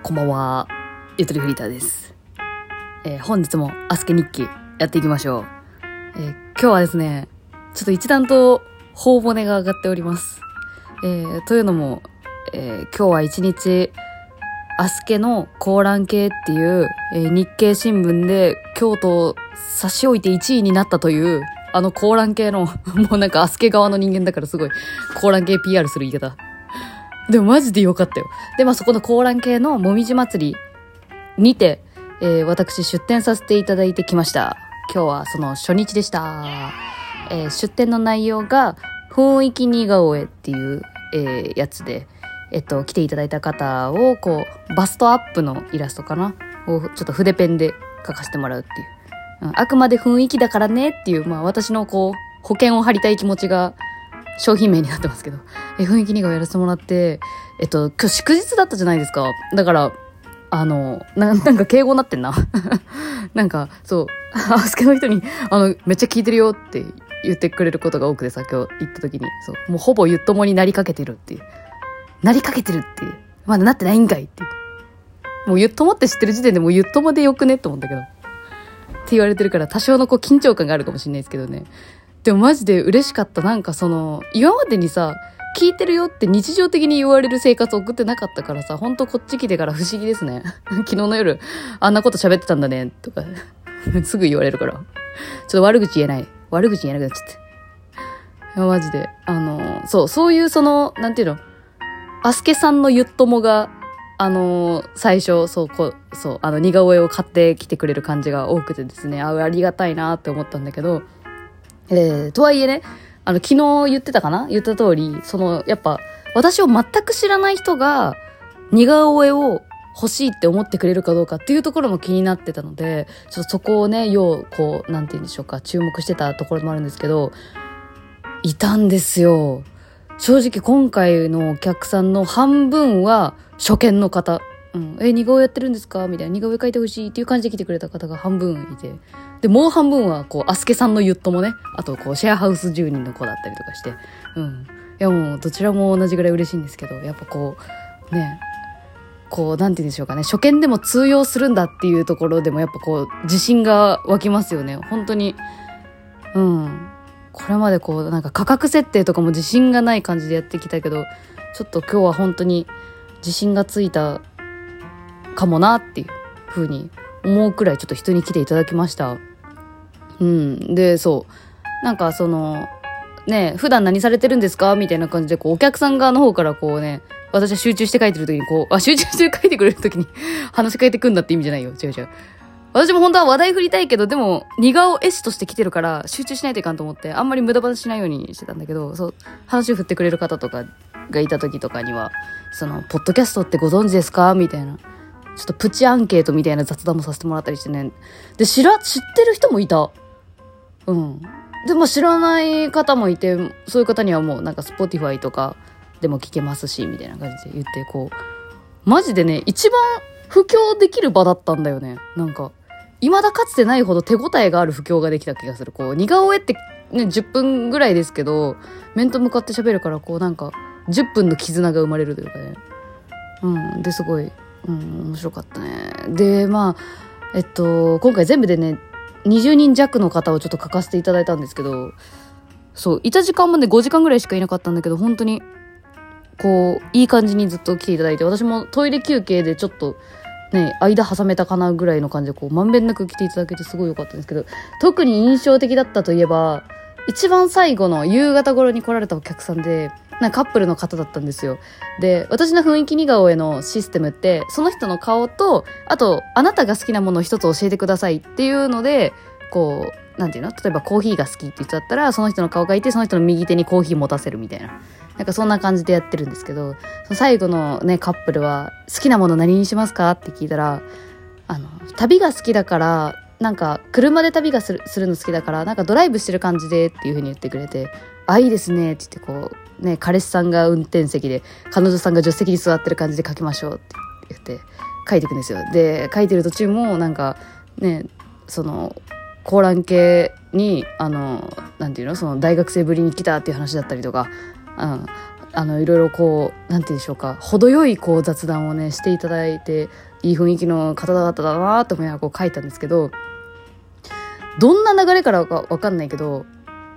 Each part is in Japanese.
こんばんは、ゆとりフリーターです。本日もアスケ日記やっていきましょう。今日はですね、ちょっと一段と頬骨が上がっております。というのも、今日は一日アスケのコーラン系っていう、日経新聞で京都を差し置いて1位になったというあのコーラン系のもうなんかアスケ側の人間だからすごいコーラン系 PR する言い方でもマジでよかったよ。で、そこのコーラン系のもみじ祭りにて、私出展させていただいてきました。今日はその初日でした。出展の内容が雰囲気似顔絵っていう、やつで、来ていただいた方をこうバストアップのイラストかなをちょっと筆ペンで描かせてもらうっていう、あくまで雰囲気だからねっていう、私のこう保険を張りたい気持ちが商品名になってますけど、雰囲気似顔絵やらせてもらって、今日祝日だったじゃないですか。だからなんか敬語になってんななんかそうアスケの人にめっちゃ聞いてるよって言ってくれることが多くてさ、今日行った時にそうもうほぼゆっともになりかけてるっていうまだなってないんかいっていう、もうゆっともって知ってる時点でもうゆっともでよくねって思ったけどって言われてるから多少のこう緊張感があるかもしれないですけどね。でもマジで嬉しかった。なんか今までにさ聞いてるよって日常的に言われる生活を送ってなかったからさ、ほんとこっち来てから不思議ですね昨日の夜あんなこと喋ってたんだねとかすぐ言われるからちょっと悪口言えなくなっちゃって、いやマジでそういうなんていうの、アスケさんのゆっともが最初似顔絵を買ってきてくれる感じが多くてですね、ありがたいなって思ったんだけど、とはいえね、昨日言った通り、やっぱ私を全く知らない人が似顔絵を欲しいって思ってくれるかどうかっていうところも気になってたので、ちょっとそこをねこうなんて言うんでしょうか、注目してたところもあるんですけど、いたんですよ。正直今回のお客さんの半分は初見の方、似顔絵やってるんですかみたいな、似顔絵描いてほしいっていう感じで来てくれた方が半分いて、でもう半分はこうアスケさんのゆっともね、あとこうシェアハウス住人の子だったりとかして、いやもうどちらも同じぐらい嬉しいんですけど、やっぱこうね、こうなんて言うんでしょうかね、初見でも通用するんだっていうところでもやっぱこう自信が湧きますよね。本当にこれまでこうなんか価格設定とかも自信がない感じでやってきたけど、ちょっと今日は本当に自信がついたかもなっていう風に思うくらいちょっと人に来ていただきました。でなんか普段何されてるんですかみたいな感じでこうお客さん側の方からこうね、私は集中して書いてる時に集中して書いてくれる時に話し変えてくんだって意味じゃないよ。違う。私も本当は話題振りたいけど、でも似顔絵師として来てるから集中しないといかんと思って、あんまり無駄話しないようにしてたんだけど、話を振ってくれる方とかがいた時とかには、ポッドキャストってご存知ですかみたいな、ちょっとプチアンケートみたいな雑談もさせてもらったりしてね。で、知ってる人もいた。でも知らない方もいて、そういう方にはもうなんか Spotify とかでも聞けますし、みたいな感じで言って、マジでね、一番布教できる場だったんだよね。なんか、未だかつてないほど手応えがある布教ができた気がする。似顔絵ってね、10分ぐらいですけど、面と向かって喋るから、なんか、10分の絆が生まれるというかね。で、すごい、面白かったね。で、今回全部でね、20人弱の方をちょっと書かせていただいたんですけど、いた時間もね、5時間ぐらいしかいなかったんだけど、本当に、いい感じにずっと来ていただいて、私もトイレ休憩でちょっと、ね、間挟めたかなぐらいの感じでまんべんなく来ていただけてすごい良かったんですけど、特に印象的だったといえば、一番最後の夕方頃に来られたお客さんで、カップルの方だったんですよ。で、私の雰囲気似顔絵のシステムって、その人の顔と、あと、あなたが好きなものを一つ教えてくださいっていうので、なんていうの？例えばコーヒーが好きって言っちゃったら、その人の顔がいて、その人の右手にコーヒー持たせるみたいな。なんかそんな感じでやってるんですけど、最後のね、カップルは、好きなもの何にしますかって聞いたら、旅が好きだから、なんか、車で旅がするの好きだから、なんかドライブしてる感じでっていう風に言ってくれて、いいですねって言って彼氏さんが運転席で、彼女さんが助手席に座ってる感じで書きましょうって言って書いていくんですよ。で、書いてる途中も、なんか、ね、コーラン系になんていうの、大学生ぶりに来たっていう話だったりとか、 いろいろこうなんて言うんでしょうか、程よいこう雑談をねしていただいて、いい雰囲気の方々だなと思いながらこう書いたんですけど、どんな流れからか分かんないけど、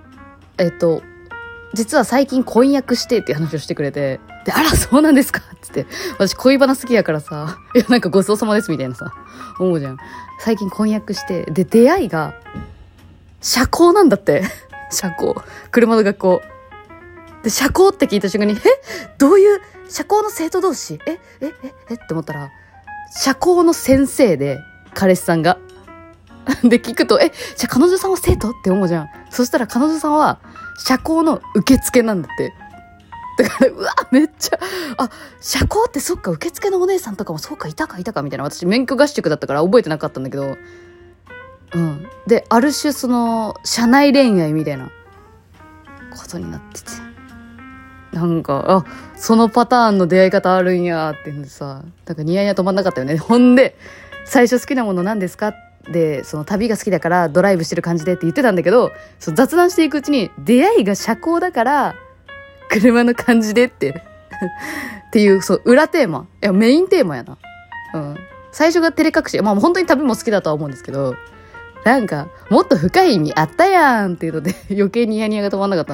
実は最近婚約してっていう話をしてくれて、で、あらそうなんですかっつって、私恋バナ好きやからさ、いやなんかごちそうさまですみたいなさ思うじゃん。最近婚約して、で出会いが社交なんだって社交、車の学校で、社交って聞いた瞬間に、どういう社交の生徒同士って思ったら、社交の先生で彼氏さんがで聞くと、じゃあ彼女さんは生徒って思うじゃん。そしたら彼女さんは社交の受付なんだって。だから、うわめっちゃ、社交ってそっか、受付のお姉さんとかもそうか、いたかみたいな。私免許合宿だったから覚えてなかったんだけど、である種その社内恋愛みたいなことになってて、なんかそのパターンの出会い方あるんやってんでさ、なんかニヤニヤ止まんなかったよね。ほんで最初好きなもの何ですかで、その旅が好きだからドライブしてる感じでって言ってたんだけど、その雑談していくうちに出会いが社交だから車の感じでってっていう、そう裏テーマ、いやメインテーマやな。最初が照れ隠し、本当に旅も好きだとは思うんですけど、なんかもっと深い意味あったやんっていうので余計ニヤニヤが止まんなかった。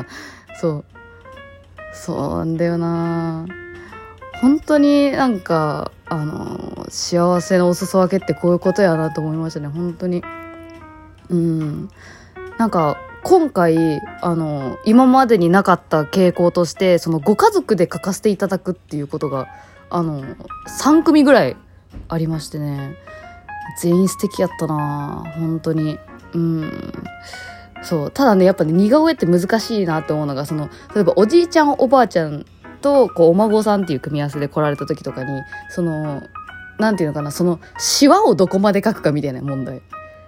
そうなんだよな。本当になんか幸せのお裾分けってこういうことやなと思いましたね、本当に。なんか今回今までになかった傾向として、そのご家族で書かせていただくっていうことが3組ぐらいありましてね、全員素敵やったな本当に。そう、ただねやっぱね、似顔絵って難しいなって思うのが、その例えばおじいちゃんおばあちゃんとこうお孫さんっていう組み合わせで来られた時とかに、そのなんていうのかな、そのシワをどこまで描くかみたいな問題。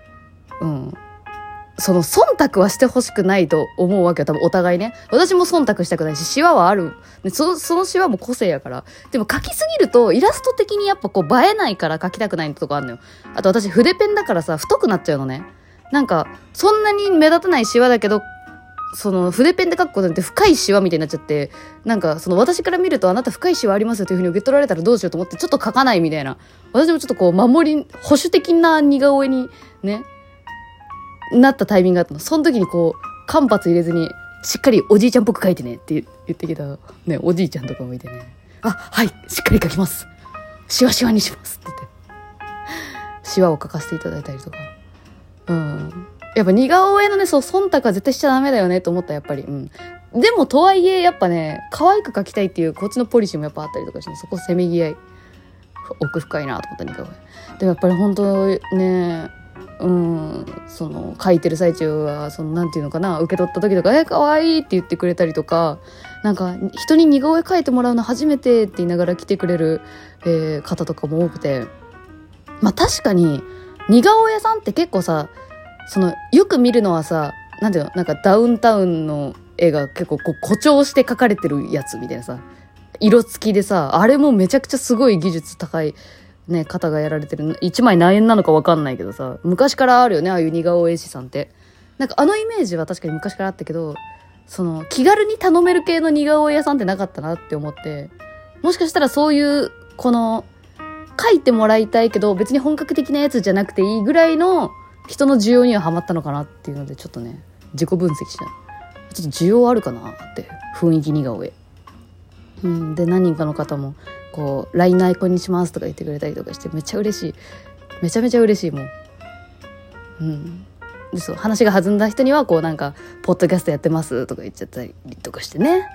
その忖度はしてほしくないと思うわけよ、多分お互いね。私も忖度したくないし、シワはある。そのシワも個性やから。でも描きすぎるとイラスト的にやっぱこう映えないから描きたくないとこあるのよ。あと私筆ペンだからさ、太くなっちゃうのね。なんかそんなに目立たないシワだけど、その筆ペンで描くことによって深いシワみたいになっちゃって、なんかその私から見るとあなた深いシワありますよというふうに受け取られたらどうしようと思ってちょっと描かないみたいな。私もちょっとこう保守的な似顔絵にねなったタイミングがあったの。その時にこう間髪入れずにしっかりおじいちゃんっぽく描いてねって言ってきたね、おじいちゃんとかもいてね、はいしっかり描きます、シワシワにしますって言ってシワを描かせていただいたりとか。やっぱ似顔絵のね、そう忖度は絶対しちゃダメだよねと思った、やっぱり。でもとはいえやっぱね、可愛く描きたいっていうこっちのポリシーもやっぱあったりとかして、そこせめぎ合い奥深いなと思った似顔絵でもやっぱり本当ね、その描いてる最中はそのなんていうのかな、受け取った時とか可愛いって言ってくれたりとか、なんか人に似顔絵描いてもらうの初めてって言いながら来てくれる、方とかも多くて、確かに似顔絵さんって結構さ、そのよく見るのはさ、なんていうの、なんかダウンタウンの絵が結構こう誇張して描かれてるやつみたいなさ、色付きでさ、あれもめちゃくちゃすごい技術高いね方がやられてる。1枚何円なのか分かんないけどさ、昔からあるよね、ああいう似顔絵師さんって。なんかあのイメージは確かに昔からあったけど、その気軽に頼める系の似顔絵屋さんってなかったなって思って、もしかしたらそういうこの描いてもらいたいけど別に本格的なやつじゃなくていいぐらいの人の需要にはハマったのかなっていうので、ちょっとね自己分析した。ちょっと需要あるかなって雰囲気似顔絵。で何人かの方もこう LINE のアイコンにしますとか言ってくれたりとかして、めっちゃ嬉しい、めちゃめちゃ嬉しいもん。でそう話が弾んだ人にはこうなんかポッドキャストやってますとか言っちゃったりとかしてね。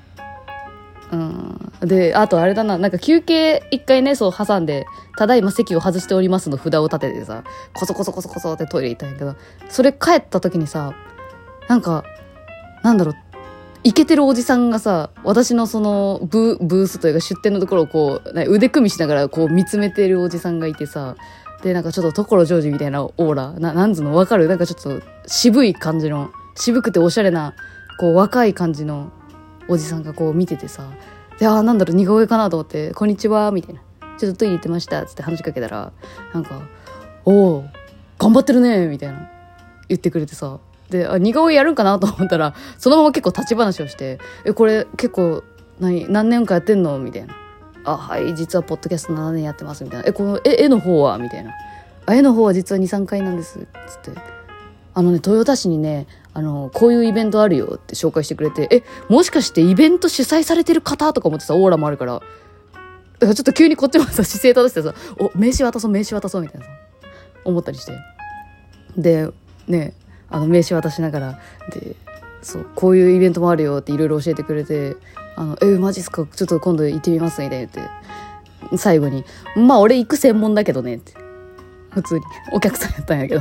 であとあれだな、なんか休憩一回ねそう挟んで、ただいま席を外しておりますの札を立ててさ、コソコソコソコソってトイレ行ったんやけど、それ帰った時にさ、なんかなんだろう、イケてるおじさんがさ、私のそのブースというか出店のところをこう腕組みしながらこう見つめてるおじさんがいてさ、でなんかちょっと所ジョージみたいなオーラなんつうの分かる、なんかちょっと渋い感じの、渋くておしゃれなこう若い感じのおじさんがこう見ててさ、でなんだろう似顔絵かなと思って、こんにちはみたいな、ちょっとトイレ行ってましたっつって話しかけたら、なんかおー頑張ってるねみたいな言ってくれてさ、で似顔絵やるんかなと思ったらそのまま結構立ち話をして、これ結構何年かやってんのみたいな。あ、はい、実はポッドキャスト7年やってますみたいな。この絵の方はみたいな。絵の方は実は 2,3 回なんですつって、豊田市にねこういうイベントあるよって紹介してくれて、もしかしてイベント主催されてる方とか思ってさ、オーラもあるから、だからちょっと急にこっちもさ姿勢正してさ、名刺渡そうみたいなさ思ったりして、でね、名刺渡しながら、でそうこういうイベントもあるよっていろいろ教えてくれて、マジっすか、ちょっと今度行ってみますねって言って、最後にまあ俺行く専門だけどねって普通にお客さんやったんやけど、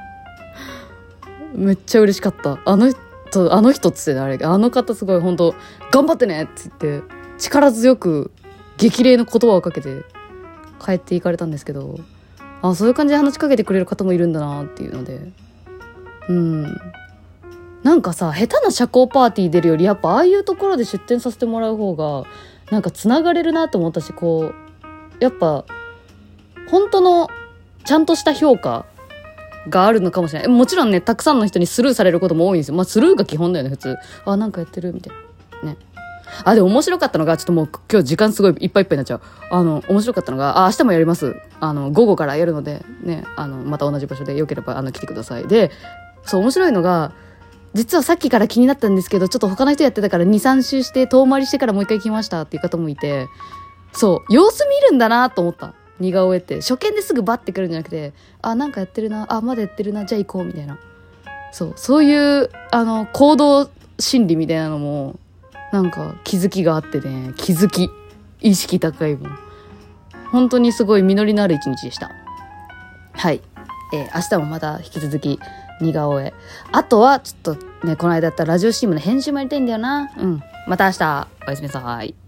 めっちゃ嬉しかった。あの人っつってね、あれあの方すごい本当頑張ってねって言って力強く激励の言葉をかけて帰っていかれたんですけど、そういう感じで話しかけてくれる方もいるんだなっていうので、なんかさ、下手な社交パーティー出るよりやっぱああいうところで出店させてもらう方がなんかつながれるなと思ったし、こうやっぱ本当のちゃんとした評価があるのかもしれない。もちろんね、たくさんの人にスルーされることも多いんですよ。スルーが基本だよね、普通。なんかやってるみたいなね。でも面白かったのが、ちょっともう今日時間すごいいっぱいいっぱいになっちゃう。面白かったのが、明日もやります。午後からやるのでね、また同じ場所でよければ来てください。で、そう面白いのが、実はさっきから気になったんですけど、ちょっと他の人やってたから 2,3 周して遠回りしてからもう一回来ましたっていう方もいて、そう様子見るんだなと思った。似顔絵って初見ですぐバッてくるんじゃなくて、なんかやってるな、まだやってるな、じゃあ行こうみたいな、そういう行動心理みたいなのもなんか気づきがあってね、意識高いもん、本当にすごい実りのある一日でした。はい、明日もまた引き続き似顔絵、あとはちょっとね、この間やったラジオ CM の編集もやりたいんだよな。また明日おやすみなさい。